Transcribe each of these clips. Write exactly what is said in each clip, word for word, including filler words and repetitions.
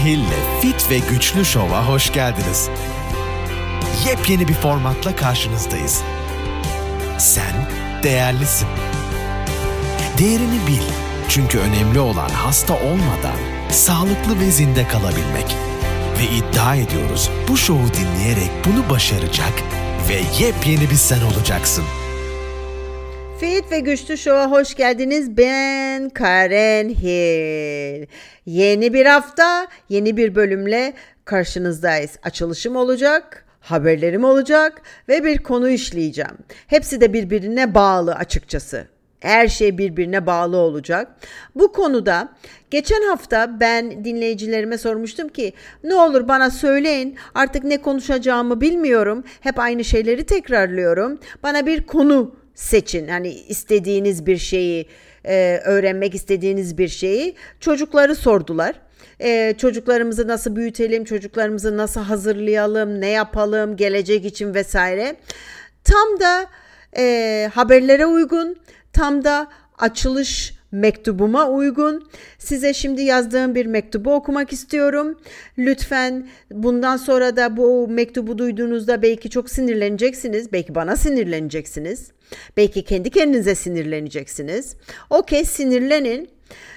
Hil'le Fit ve Güçlü Şov'a hoş geldiniz. Yepyeni bir formatla karşınızdayız. Sen değerlisin. Değerini bil. Çünkü önemli olan hasta olmadan sağlıklı ve zinde kalabilmek. Ve iddia ediyoruz bu şovu dinleyerek bunu başaracak ve yepyeni bir sen olacaksın. Fit ve Güçlü Şov'a hoş geldiniz. Ben Karen Hill. Yeni bir hafta, yeni bir bölümle karşınızdayız. Açılışım olacak, haberlerim olacak ve bir konu işleyeceğim. Hepsi de birbirine bağlı açıkçası. Her şey birbirine bağlı olacak. Bu konuda geçen hafta ben dinleyicilerime sormuştum ki ne olur bana söyleyin, artık ne konuşacağımı bilmiyorum. Hep aynı şeyleri tekrarlıyorum. Bana bir konu seçin. Hani istediğiniz bir şeyi, e, öğrenmek istediğiniz bir şeyi. Çocukları sordular. Ee, çocuklarımızı nasıl büyütelim, çocuklarımızı nasıl hazırlayalım, ne yapalım gelecek için vesaire. Tam da e, haberlere uygun, tam da açılış mektubuma uygun. Size şimdi yazdığım bir mektubu okumak istiyorum. Lütfen bundan sonra da bu mektubu duyduğunuzda belki çok sinirleneceksiniz. Belki bana sinirleneceksiniz. Belki kendi kendinize sinirleneceksiniz. Okey, sinirlenin.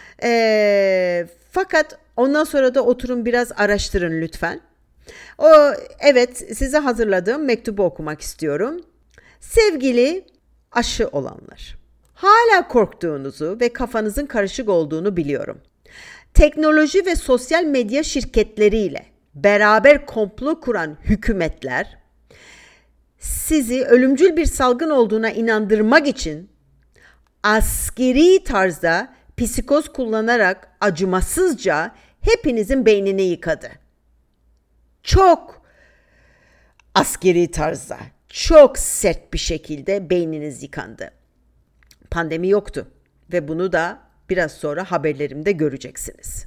Ee, fakat ondan sonra da oturun biraz araştırın lütfen. O evet, size hazırladığım mektubu okumak istiyorum. Sevgili aşı olanlar, hala korktuğunuzu ve kafanızın karışık olduğunu biliyorum. Teknoloji ve sosyal medya şirketleriyle beraber komplo kuran hükümetler sizi ölümcül bir salgın olduğuna inandırmak için askeri tarzda psikoz kullanarak acımasızca hepinizin beynini yıkadı. Çok askeri tarzda, çok sert bir şekilde beyniniz yıkandı. Pandemi yoktu ve bunu da biraz sonra haberlerimde göreceksiniz.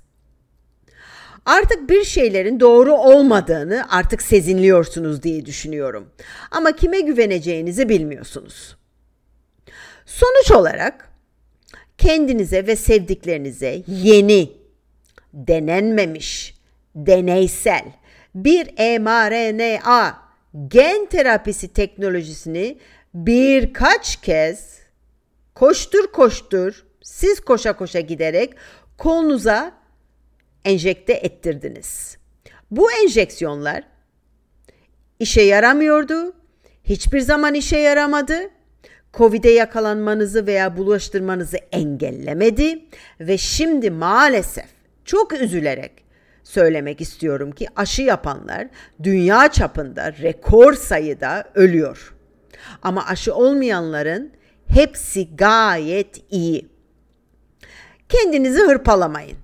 Artık bir şeylerin doğru olmadığını artık sezinliyorsunuz diye düşünüyorum. Ama kime güveneceğinizi bilmiyorsunuz. Sonuç olarak kendinize ve sevdiklerinize yeni, denenmemiş, deneysel bir mRNA gen terapisi teknolojisini birkaç kez koştur koştur, siz koşa koşa giderek kolunuza enjekte ettirdiniz. Bu enjeksiyonlar işe yaramıyordu, hiçbir zaman işe yaramadı. Covid'e yakalanmanızı veya bulaştırmanızı engellemedi ve şimdi maalesef çok üzülerek söylemek istiyorum ki aşı yapanlar dünya çapında rekor sayıda ölüyor. Ama aşı olmayanların hepsi gayet iyi. Kendinizi hırpalamayın.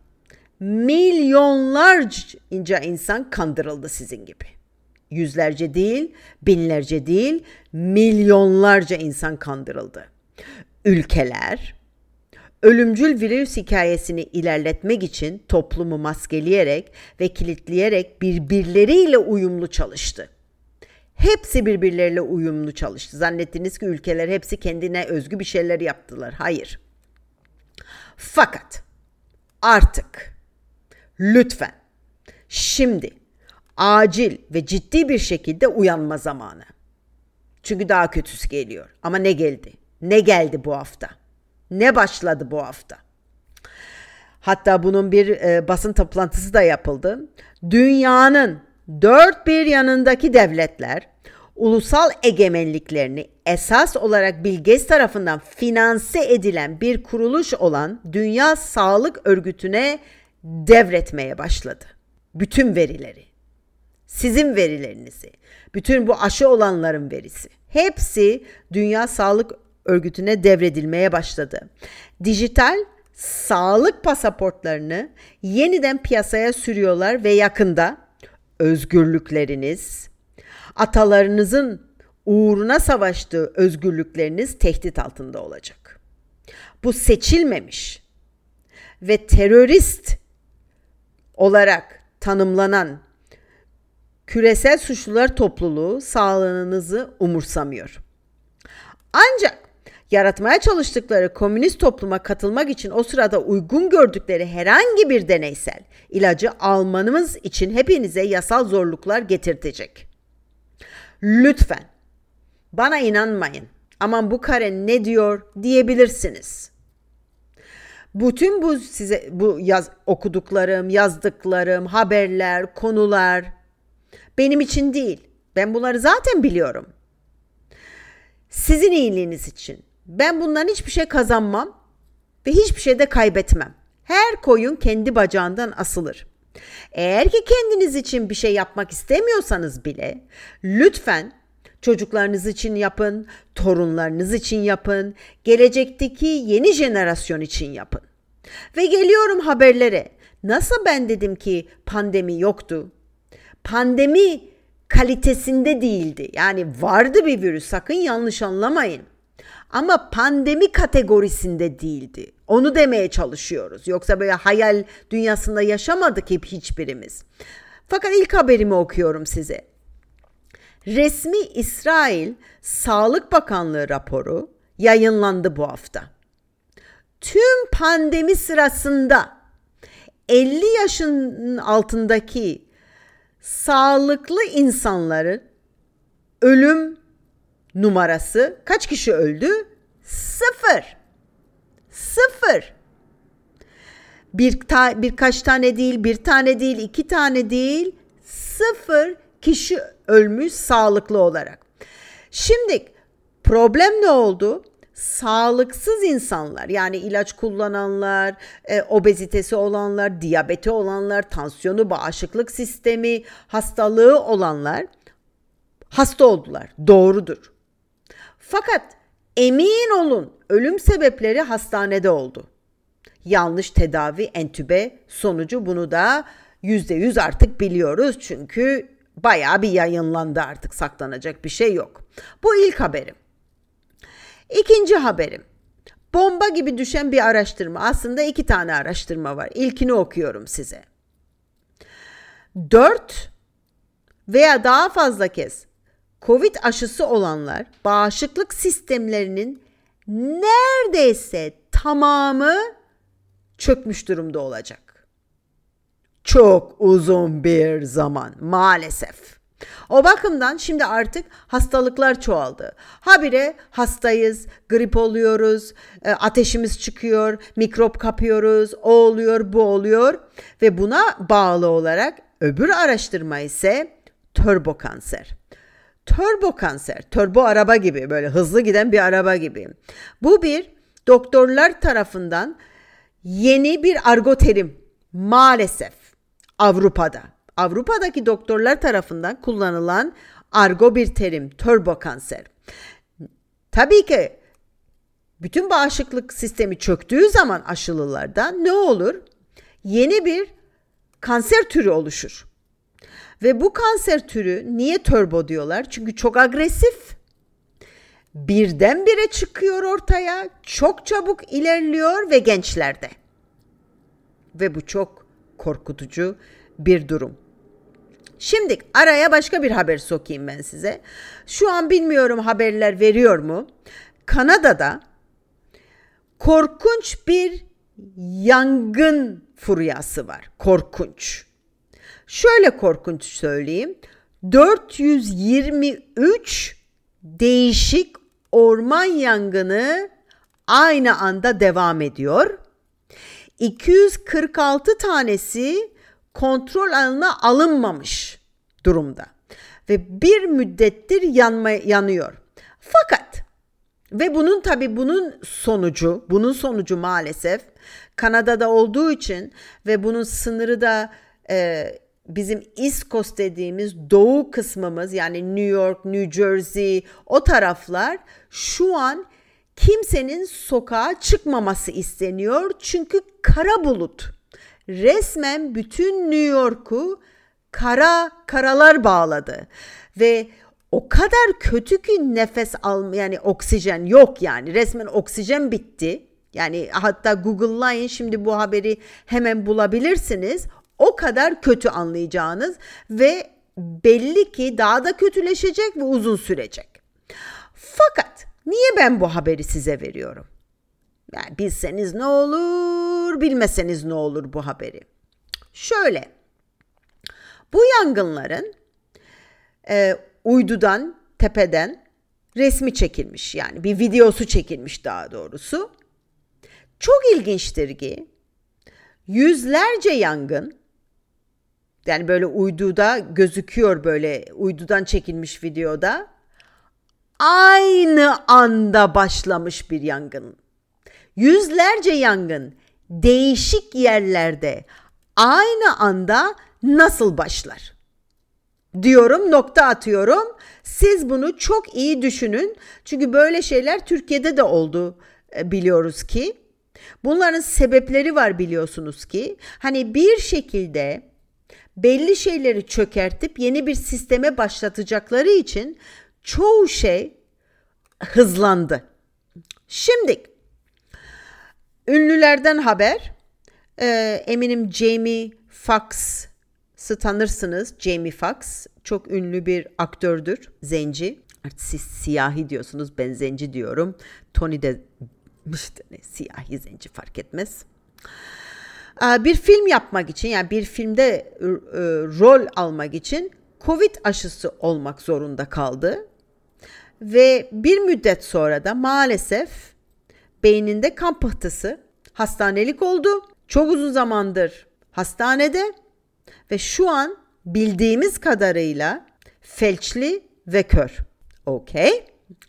Milyonlarca insan kandırıldı sizin gibi. Yüzlerce değil, binlerce değil, milyonlarca insan kandırıldı. Ülkeler ölümcül virüs hikayesini ilerletmek için toplumu maskeleyerek ve kilitleyerek birbirleriyle uyumlu çalıştı. Hepsi birbirleriyle uyumlu çalıştı. Zannettiniz ki ülkeler hepsi kendine özgü bir şeyler yaptılar. Hayır. Fakat artık lütfen şimdi acil ve ciddi bir şekilde uyanma zamanı. Çünkü daha kötüsü geliyor. Ama ne geldi? Ne geldi bu hafta? Ne başladı bu hafta? Hatta bunun bir e, basın toplantısı da yapıldı. Dünyanın dört bir yanındaki devletler ulusal egemenliklerini esas olarak Bill Gates tarafından finanse edilen bir kuruluş olan Dünya Sağlık Örgütü'ne devretmeye başladı. Bütün verileri, sizin verilerinizi, bütün bu aşı olanların verisi, hepsi Dünya Sağlık Örgütü'ne devredilmeye başladı. Dijital sağlık pasaportlarını yeniden piyasaya sürüyorlar ve yakında özgürlükleriniz, atalarınızın uğruna savaştığı özgürlükleriniz tehdit altında olacak. Bu seçilmemiş ve terörist olarak tanımlanan küresel suçlular topluluğu sağlığınızı umursamıyor. Ancak Yaratmaya çalıştıkları komünist topluma katılmak için o sırada uygun gördükleri herhangi bir deneysel ilacı almanız için hepinize yasal zorluklar getirtecek. Lütfen bana inanmayın. Aman bu Karen ne diyor diyebilirsiniz. Bütün bu size bu yaz, okuduklarım, yazdıklarım, haberler, konular benim için değil. Ben bunları zaten biliyorum. Sizin iyiliğiniz için. Ben bundan hiçbir şey kazanmam ve hiçbir şey de kaybetmem. Her koyun kendi bacağından asılır. Eğer ki kendiniz için bir şey yapmak istemiyorsanız bile lütfen çocuklarınız için yapın, torunlarınız için yapın, gelecekteki yeni jenerasyon için yapın. Ve geliyorum haberlere. Nasıl ben dedim ki pandemi yoktu? Pandemi kalitesinde değildi. Yani vardı bir virüs, sakın yanlış anlamayın. Ama pandemi kategorisinde değildi. Onu demeye çalışıyoruz. Yoksa böyle hayal dünyasında yaşamadık hep hiçbirimiz. Fakat ilk haberimi okuyorum size. Resmi İsrail Sağlık Bakanlığı raporu yayınlandı bu hafta. Tüm pandemi sırasında elli yaşın altındaki sağlıklı insanların ölüm numarası kaç kişi öldü? Sıfır. Sıfır. Bir ta, birkaç tane değil, bir tane değil, iki tane değil, sıfır kişi ölmüş sağlıklı olarak. Şimdi problem ne oldu? Sağlıksız insanlar, yani ilaç kullananlar, e, obezitesi olanlar, diyabeti olanlar, tansiyonu, bağışıklık sistemi hastalığı olanlar hasta oldular. Doğrudur. Fakat emin olun ölüm sebepleri hastanede oldu. Yanlış tedavi, entübe sonucu, bunu da yüzde yüz artık biliyoruz. Çünkü bayağı bir yayınlandı, artık saklanacak bir şey yok. Bu ilk haberim. İkinci haberim. Bomba gibi düşen bir araştırma. Aslında iki tane araştırma var. İlkini okuyorum size. Dört veya daha fazla kez Covid aşısı olanlar bağışıklık sistemlerinin neredeyse tamamı çökmüş durumda olacak. Çok uzun bir zaman maalesef. O bakımdan şimdi artık hastalıklar çoğaldı. Habire hastayız, grip oluyoruz, ateşimiz çıkıyor, mikrop kapıyoruz, o oluyor, bu oluyor ve buna bağlı olarak öbür araştırma ise turbo kanser. Turbo kanser, turbo araba gibi, böyle hızlı giden bir araba gibi. Bu bir doktorlar tarafından yeni bir argo terim maalesef Avrupa'da. Avrupa'daki doktorlar tarafından kullanılan argo bir terim, turbo kanser. Tabii ki bütün bağışıklık sistemi çöktüğü zaman aşılılarda ne olur? Yeni bir kanser türü oluşur. Ve bu kanser türü niye turbo diyorlar? Çünkü çok agresif. Birdenbire çıkıyor ortaya, çok çabuk ilerliyor ve gençlerde. Ve bu çok korkutucu bir durum. Şimdi araya başka bir haber sokayım ben size. Şu an bilmiyorum haberler veriyor mu? Kanada'da korkunç bir yangın furyası var. Korkunç. Şöyle korkunç söyleyeyim. dört yüz yirmi üç değişik orman yangını aynı anda devam ediyor. iki yüz kırk altı tanesi kontrol altına alınmamış durumda ve bir müddettir yanma, yanıyor. Fakat ve bunun tabii bunun sonucu, bunun sonucu maalesef Kanada'da olduğu için ve bunun sınırı da e, bizim East Coast dediğimiz doğu kısmımız, yani New York, New Jersey, o taraflar şu an kimsenin sokağa çıkmaması isteniyor. Çünkü kara bulut resmen bütün New York'u kara karalar bağladı ve o kadar kötü ki nefes alma, yani oksijen yok, yani resmen oksijen bitti. Yani hatta Google'layın, şimdi bu haberi hemen bulabilirsiniz. O kadar kötü anlayacağınız ve belli ki daha da kötüleşecek ve uzun sürecek. Fakat Niye ben bu haberi size veriyorum? Yani bilseniz ne olur, bilmeseniz ne olur bu haberi? Şöyle, bu yangınların e, uydudan, tepeden resmi çekilmiş. Yani bir videosu çekilmiş daha doğrusu. Çok ilginçtir ki yüzlerce yangın, yani böyle uyduda gözüküyor, böyle uydudan çekilmiş videoda, aynı anda başlamış bir yangın. Yüzlerce yangın değişik yerlerde aynı anda nasıl başlar? Diyorum, nokta atıyorum. Siz bunu çok iyi düşünün. Çünkü böyle şeyler Türkiye'de de oldu, biliyoruz ki. Bunların sebepleri var, biliyorsunuz ki. Hani bir şekilde belli şeyleri çökertip yeni bir sisteme başlatacakları için çoğu şey hızlandı. Şimdi ünlülerden haber. Ee, eminim Jamie Foxx'ı tanırsınız. Jamie Foxx çok ünlü bir aktördür. Zenci. Artık siz siyahi diyorsunuz, ben zenci diyorum. Tony de işte ne, siyahi zenci fark etmez. Ee, bir film yapmak için, yani bir filmde e, rol almak için Covid aşısı olmak zorunda kaldı. Ve bir müddet sonra da maalesef beyninde kan pıhtısı, hastanelik oldu. Çok uzun zamandır hastanede ve şu an bildiğimiz kadarıyla felçli ve kör. Okey.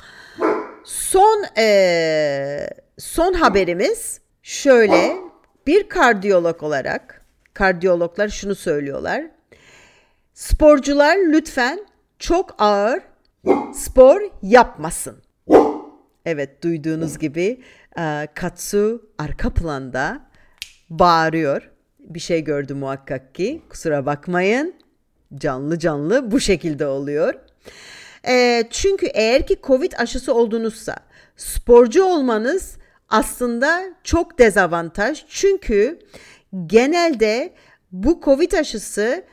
Son ee, son haberimiz şöyle, bir kardiyolog olarak, kardiyologlar şunu söylüyorlar. Sporcular lütfen çok ağır spor yapmasın. Evet, duyduğunuz gibi Katsu arka planda bağırıyor. Bir şey gördü muhakkak ki. Kusura bakmayın. Canlı canlı bu şekilde oluyor. E, çünkü eğer ki Covid aşısı oldunuzsa sporcu olmanız aslında çok dezavantaj. Çünkü genelde bu Covid aşısı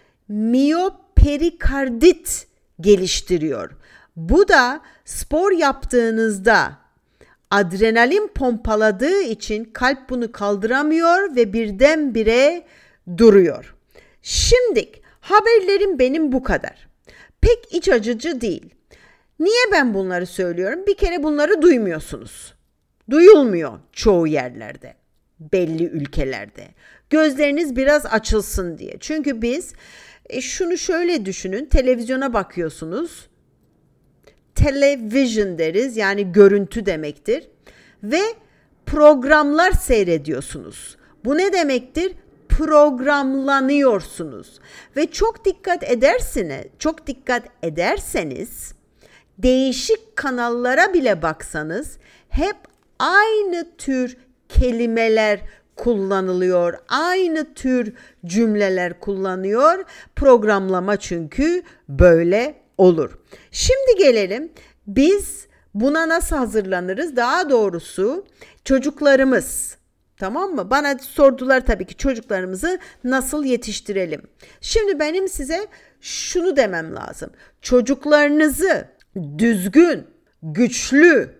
miyoperikardit geliştiriyor. Bu da spor yaptığınızda adrenalin pompaladığı için kalp bunu kaldıramıyor ve birdenbire duruyor. Şimdi haberlerim benim bu kadar. Pek iç acıcı değil. Niye ben bunları söylüyorum? Bir kere bunları duymuyorsunuz. Duyulmuyor çoğu yerlerde, belli ülkelerde. Gözleriniz biraz açılsın diye. Çünkü biz e, şunu şöyle düşünün, televizyona bakıyorsunuz. Television deriz, yani görüntü demektir. Ve programlar seyrediyorsunuz. Bu ne demektir? Programlanıyorsunuz. Ve çok dikkat edersiniz, çok dikkat ederseniz değişik kanallara bile baksanız hep aynı tür kelimeler kullanılıyor. Aynı tür cümleler kullanıyor. Programlama çünkü böyle olur. Şimdi gelelim, biz buna nasıl hazırlanırız? Daha doğrusu çocuklarımız, tamam mı? Bana sordular tabii ki, çocuklarımızı nasıl yetiştirelim? Şimdi benim size şunu demem lazım. Çocuklarınızı düzgün, güçlü,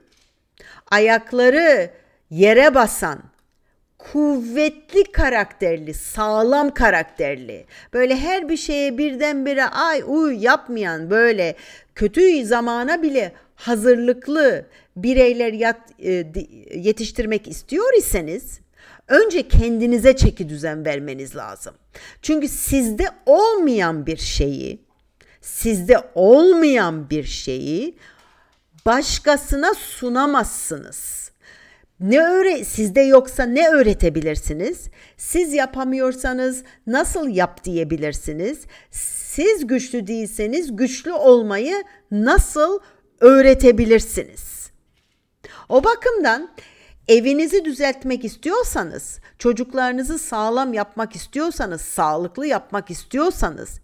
ayakları yere basan, kuvvetli karakterli, sağlam karakterli, böyle her bir şeye birdenbire ay uy yapmayan, böyle kötü zamana bile hazırlıklı bireyler yat, e, yetiştirmek istiyor iseniz önce kendinize çeki düzen vermeniz lazım. Çünkü sizde olmayan bir şeyi, sizde olmayan bir şeyi başkasına sunamazsınız. Ne öğre sizde yoksa ne öğretebilirsiniz? Siz yapamıyorsanız nasıl yap diyebilirsiniz? Siz güçlü değilseniz güçlü olmayı nasıl öğretebilirsiniz? O bakımdan evinizi düzeltmek istiyorsanız, çocuklarınızı sağlam yapmak istiyorsanız, sağlıklı yapmak istiyorsanız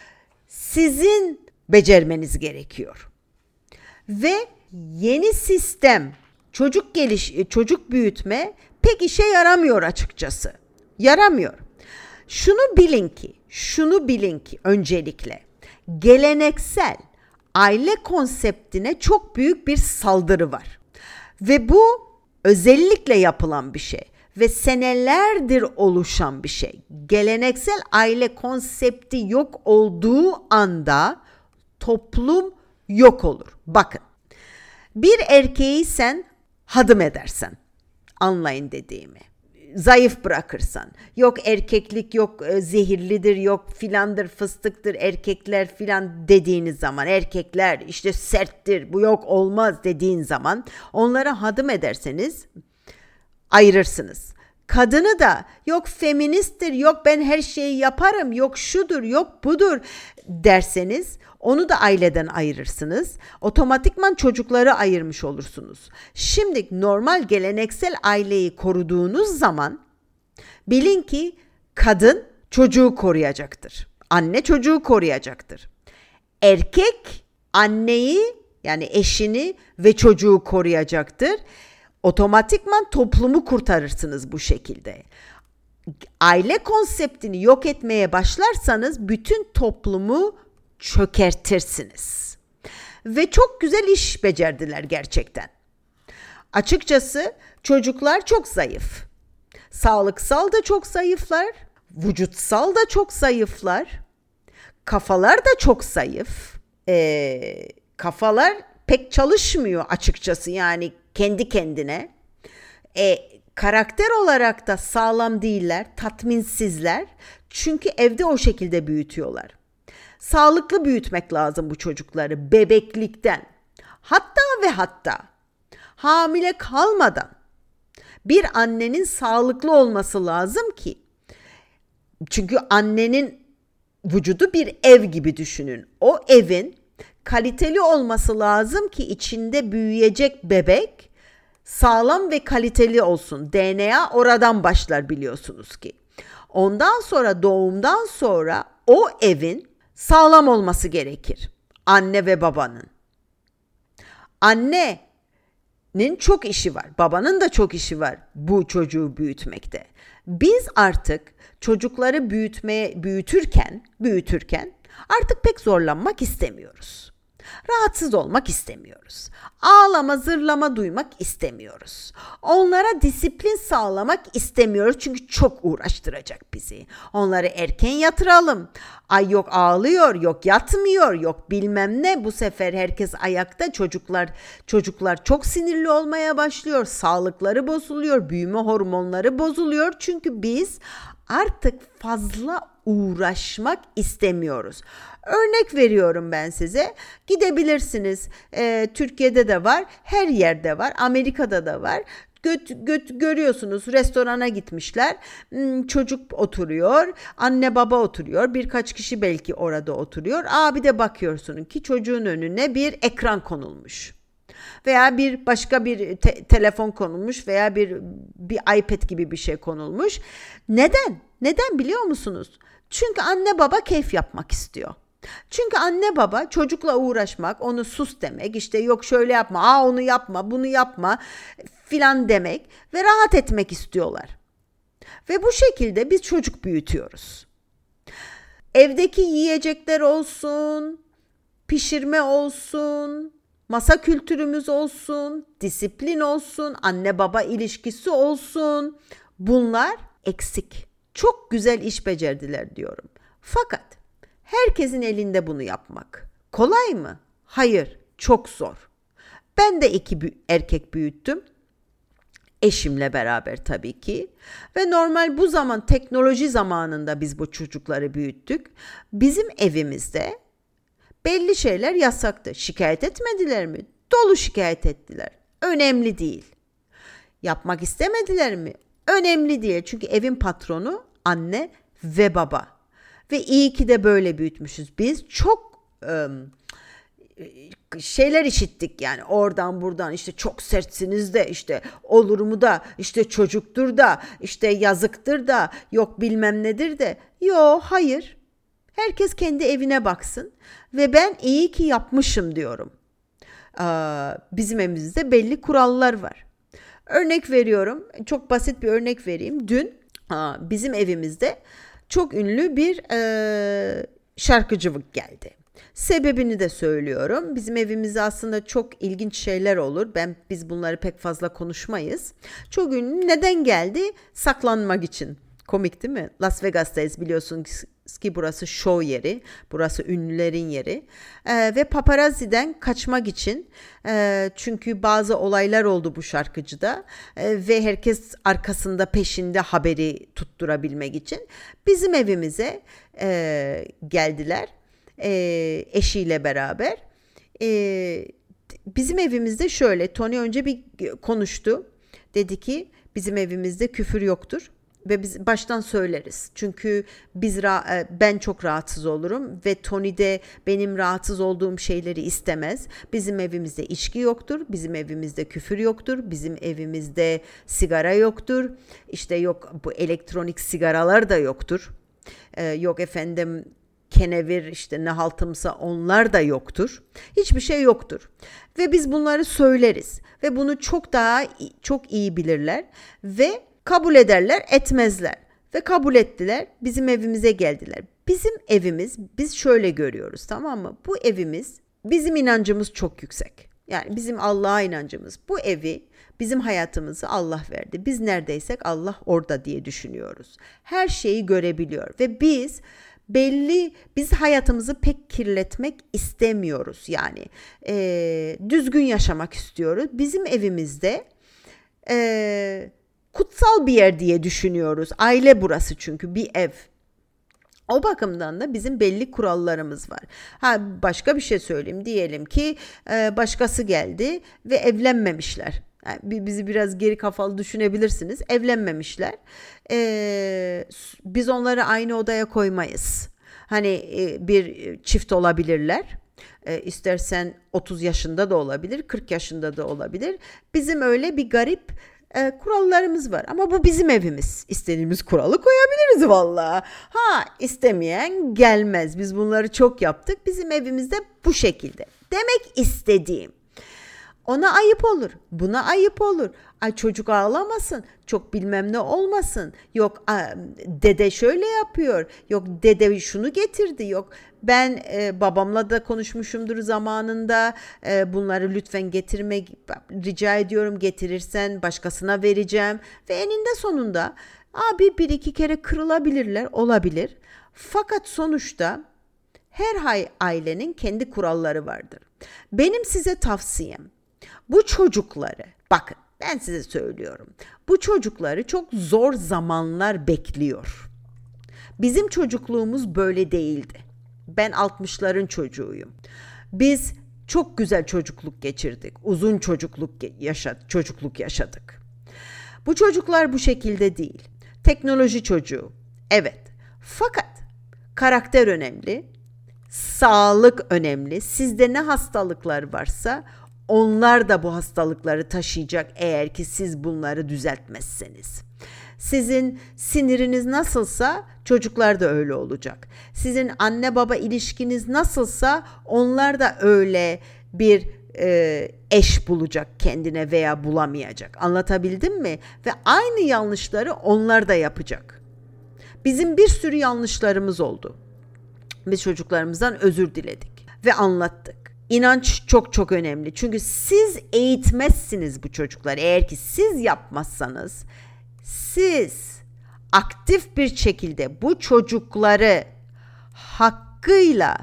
sizin becermeniz gerekiyor. Ve yeni sistem, çocuk geliş, çocuk büyütme pek işe yaramıyor açıkçası. Yaramıyor. Şunu bilin ki, şunu bilin ki öncelikle geleneksel aile konseptine çok büyük bir saldırı var. Ve bu özellikle yapılan bir şey ve senelerdir oluşan bir şey. Geleneksel aile konsepti yok olduğu anda toplum yok olur. Bakın, bir erkeği sen hadım edersen, anlayın dediğimi, zayıf bırakırsan, yok erkeklik yok zehirlidir, yok filandır fıstıktır erkekler filan dediğiniz zaman, erkekler işte serttir, bu yok olmaz dediğin zaman onlara hadım ederseniz ayırırsınız. Kadını da yok feministtir, yok ben her şeyi yaparım, yok şudur, yok budur derseniz onu da aileden ayırırsınız. Otomatikman çocukları ayırmış olursunuz. Şimdi normal geleneksel aileyi koruduğunuz zaman bilin ki kadın çocuğu koruyacaktır. Anne çocuğu koruyacaktır. Erkek anneyi, yani eşini ve çocuğu koruyacaktır. Otomatikman toplumu kurtarırsınız bu şekilde. Aile konseptini yok etmeye başlarsanız bütün toplumu çökertirsiniz. Ve çok güzel iş becerdiler gerçekten. Açıkçası çocuklar çok zayıf. Sağlıksal da çok zayıflar, vücutsal da çok zayıflar. Kafalar da çok zayıf. Ee, kafalar pek çalışmıyor açıkçası, yani kendi kendine. E, karakter olarak da sağlam değiller, tatminsizler. Çünkü evde o şekilde büyütüyorlar. Sağlıklı büyütmek lazım bu çocukları bebeklikten. Hatta ve hatta hamile kalmadan bir annenin sağlıklı olması lazım ki. Çünkü annenin vücudu bir ev gibi düşünün. O evin kaliteli olması lazım ki içinde büyüyecek bebek sağlam ve kaliteli olsun. D N A oradan başlar biliyorsunuz ki. Ondan sonra, doğumdan sonra o evin sağlam olması gerekir. Anne ve babanın. Annenin çok işi var. Babanın da çok işi var bu çocuğu büyütmekte. Biz artık çocukları büyütmeye büyütürken, büyütürken artık pek zorlanmak istemiyoruz. Rahatsız olmak istemiyoruz. Ağlama, zırlama duymak istemiyoruz. Onlara disiplin sağlamak istemiyoruz çünkü çok uğraştıracak bizi. Onları erken yatıralım. Ay yok ağlıyor, yok yatmıyor, yok bilmem ne. Bu sefer herkes ayakta. Çocuklar çocuklar çok sinirli olmaya başlıyor. Sağlıkları bozuluyor, büyüme hormonları bozuluyor. Çünkü biz artık fazla uğraşmak istemiyoruz. Örnek veriyorum ben size. Gidebilirsiniz. Ee, Türkiye'de de var, her yerde var, Amerika'da da var. Göt, göt, görüyorsunuz, restorana gitmişler. Hmm, çocuk oturuyor, anne baba oturuyor, birkaç kişi belki orada oturuyor. Aa, bir de bakıyorsunuz ki çocuğun önüne bir ekran konulmuş. Veya bir başka bir te- telefon konulmuş veya bir bir iPad gibi bir şey konulmuş. Neden? Neden biliyor musunuz? Çünkü anne baba keyif yapmak istiyor. Çünkü anne baba çocukla uğraşmak, onu sus demek, işte yok şöyle yapma, aa onu yapma, bunu yapma filan demek ve rahat etmek istiyorlar. Ve bu şekilde biz çocuk büyütüyoruz. Evdeki yiyecekler olsun, pişirme olsun, masa kültürümüz olsun, disiplin olsun, anne baba ilişkisi olsun. Bunlar eksik. Çok güzel iş becerdiler diyorum. Fakat herkesin elinde bunu yapmak. Kolay mı? Hayır, çok zor. Ben de iki erkek büyüttüm. Eşimle beraber tabii ki. Ve normal bu zaman, teknoloji zamanında biz bu çocukları büyüttük. Bizim evimizde belli şeyler yasaktı. Şikayet etmediler mi? Dolu şikayet ettiler. Önemli değil. Yapmak istemediler mi? Önemli değil. Çünkü evin patronu anne ve baba. Ve iyi ki de böyle büyütmüşüz. Biz çok ıı, şeyler işittik yani oradan buradan, işte çok sertsiniz de, işte olur mu da, işte çocuktur da, işte yazıktır da, yok bilmem nedir de. Yo, hayır. Herkes kendi evine baksın ve ben iyi ki yapmışım diyorum. Aa, bizim evimizde belli kurallar var. Örnek veriyorum, çok basit bir örnek vereyim. Dün aa, bizim evimizde çok ünlü bir e, şarkıcı geldi. Sebebini de söylüyorum. Bizim evimizde aslında çok ilginç şeyler olur. Ben biz bunları pek fazla konuşmayız. Çok ünlü. Neden geldi? Saklanmak için. Komik değil mi? Las Vegas'tayız, biliyorsunuz ki burası şov yeri. Burası ünlülerin yeri. Ee, ve paparazziden kaçmak için. Ee, çünkü bazı olaylar oldu bu şarkıcıda. Ee, ve herkes arkasında, peşinde haberi tutturabilmek için. Bizim evimize e, geldiler. E, eşiyle beraber. E, bizim evimizde şöyle, Tony önce bir konuştu. Dedi ki bizim evimizde küfür yoktur ve biz baştan söyleriz. Çünkü biz ben çok rahatsız olurum ve Tony de benim rahatsız olduğum şeyleri istemez. Bizim evimizde içki yoktur, bizim evimizde küfür yoktur, bizim evimizde sigara yoktur. İşte yok, bu elektronik sigaralar da yoktur. E, yok efendim kenevir, işte ne haltımsa onlar da yoktur. Hiçbir şey yoktur. Ve biz bunları söyleriz. Ve bunu çok daha çok iyi bilirler. Ve kabul ederler, etmezler. Ve kabul ettiler. Bizim evimize geldiler. Bizim evimiz, biz şöyle görüyoruz, tamam mı? Bu evimiz, bizim inancımız çok yüksek. Yani bizim Allah'a inancımız. Bu evi, bizim hayatımızı Allah verdi. Biz neredeysek Allah orada diye düşünüyoruz. Her şeyi görebiliyor. Ve biz belli, biz hayatımızı pek kirletmek istemiyoruz. Yani e, düzgün yaşamak istiyoruz. Bizim evimizde e, kutsal bir yer diye düşünüyoruz. Aile burası, çünkü bir ev. O bakımdan da bizim belli kurallarımız var. Ha, başka bir şey söyleyeyim. Diyelim ki e, başkası geldi ve evlenmemişler. Yani bizi biraz geri kafalı düşünebilirsiniz. Evlenmemişler. Ee, biz onları aynı odaya koymayız. Hani e, bir çift olabilirler. E, istersen otuz yaşında da olabilir, kırk yaşında da olabilir. Bizim öyle bir garip e, kurallarımız var. Ama bu bizim evimiz. İstediğimiz kuralı koyabiliriz vallahi. Ha, istemeyen gelmez. Biz bunları çok yaptık. Bizim evimizde bu şekilde. Demek istediğim, ona ayıp olur, buna ayıp olur. Ay çocuk ağlamasın, çok bilmem ne olmasın. Yok dede şöyle yapıyor, yok dede şunu getirdi, yok ben e, babamla da konuşmuşumdur zamanında. E, bunları lütfen getirme, rica ediyorum, getirirsen başkasına vereceğim. Ve eninde sonunda abi bir iki kere kırılabilirler, olabilir. Fakat sonuçta her ailenin kendi kuralları vardır. Benim size tavsiyem, bu çocukları, bakın ben size söylüyorum, bu çocukları çok zor zamanlar bekliyor. Bizim çocukluğumuz böyle değildi. Ben altmışların çocuğuyum. Biz çok güzel çocukluk geçirdik. Uzun çocukluk yaşadık, çocukluk yaşadık. Bu çocuklar bu şekilde değil. Teknoloji çocuğu, evet. Fakat karakter önemli, sağlık önemli. Sizde ne hastalıklar varsa onlar da bu hastalıkları taşıyacak eğer ki siz bunları düzeltmezseniz. Sizin siniriniz nasılsa çocuklar da öyle olacak. Sizin anne baba ilişkiniz nasılsa onlar da öyle bir e, eş bulacak kendine veya bulamayacak. Anlatabildim mi? Ve aynı yanlışları onlar da yapacak. Bizim bir sürü yanlışlarımız oldu. Biz çocuklarımızdan özür diledik ve anlattık. İnanç çok çok önemli. Çünkü siz eğitmezsiniz bu çocukları. Eğer ki siz yapmazsanız, siz aktif bir şekilde bu çocukları hakkıyla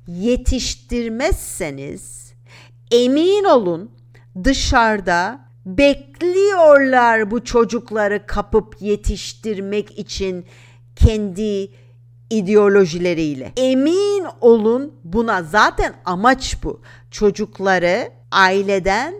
yetiştirmezseniz, emin olun dışarıda bekliyorlar bu çocukları kapıp yetiştirmek için kendi ideolojileriyle. Emin olun buna, zaten amaç bu. Çocukları aileden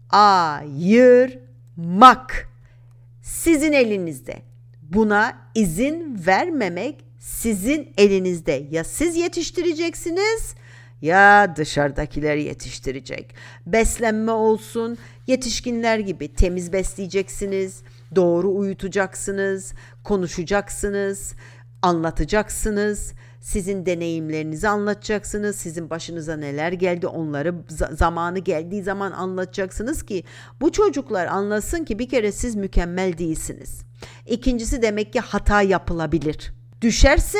ayırmak sizin elinizde. Buna izin vermemek sizin elinizde. Ya siz yetiştireceksiniz ya dışarıdakiler yetiştirecek. Beslenme olsun, yetişkinler gibi temiz besleyeceksiniz, doğru uyutacaksınız, konuşacaksınız, anlatacaksınız, sizin deneyimlerinizi anlatacaksınız, sizin başınıza neler geldi onları z- zamanı geldiği zaman anlatacaksınız ki bu çocuklar anlasın ki bir kere siz mükemmel değilsiniz. İkincisi, demek ki hata yapılabilir. Düşersin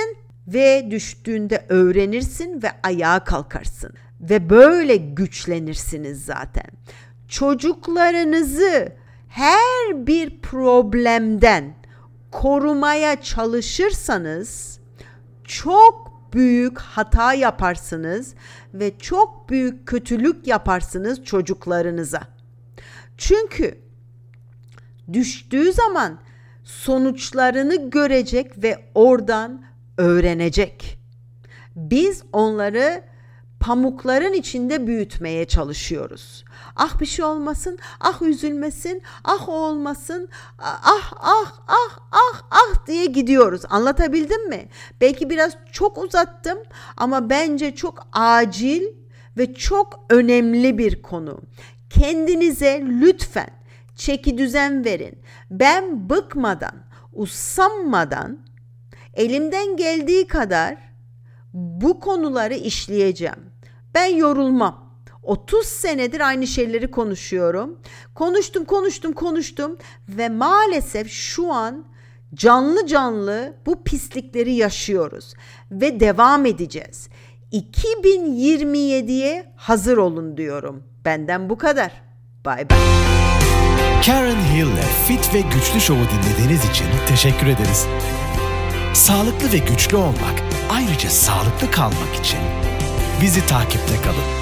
ve düştüğünde öğrenirsin ve ayağa kalkarsın ve böyle güçlenirsiniz zaten. Çocuklarınızı her bir problemden korumaya çalışırsanız çok büyük hata yaparsınız ve çok büyük kötülük yaparsınız çocuklarınıza. Çünkü düştüğü zaman sonuçlarını görecek ve oradan öğrenecek. Biz onları pamukların içinde büyütmeye çalışıyoruz. Ah bir şey olmasın, ah üzülmesin, ah o olmasın, ah ah ah ah ah diye gidiyoruz. Anlatabildim mi? Belki biraz çok uzattım ama bence çok acil ve çok önemli bir konu. Kendinize lütfen çeki düzen verin. Ben bıkmadan, usanmadan elimden geldiği kadar bu konuları işleyeceğim. Ben yorulmam. otuz senedir aynı şeyleri konuşuyorum. Konuştum, konuştum, konuştum ve maalesef şu an canlı canlı bu pislikleri yaşıyoruz ve devam edeceğiz. iki bin yirmi yediye hazır olun diyorum. Benden bu kadar. Bye bye. Karen Hill'le Fit ve Güçlü Show'u dinlediğiniz için teşekkür ederiz. Sağlıklı ve güçlü olmak, ayrıca sağlıklı kalmak için bizi takipte kalın.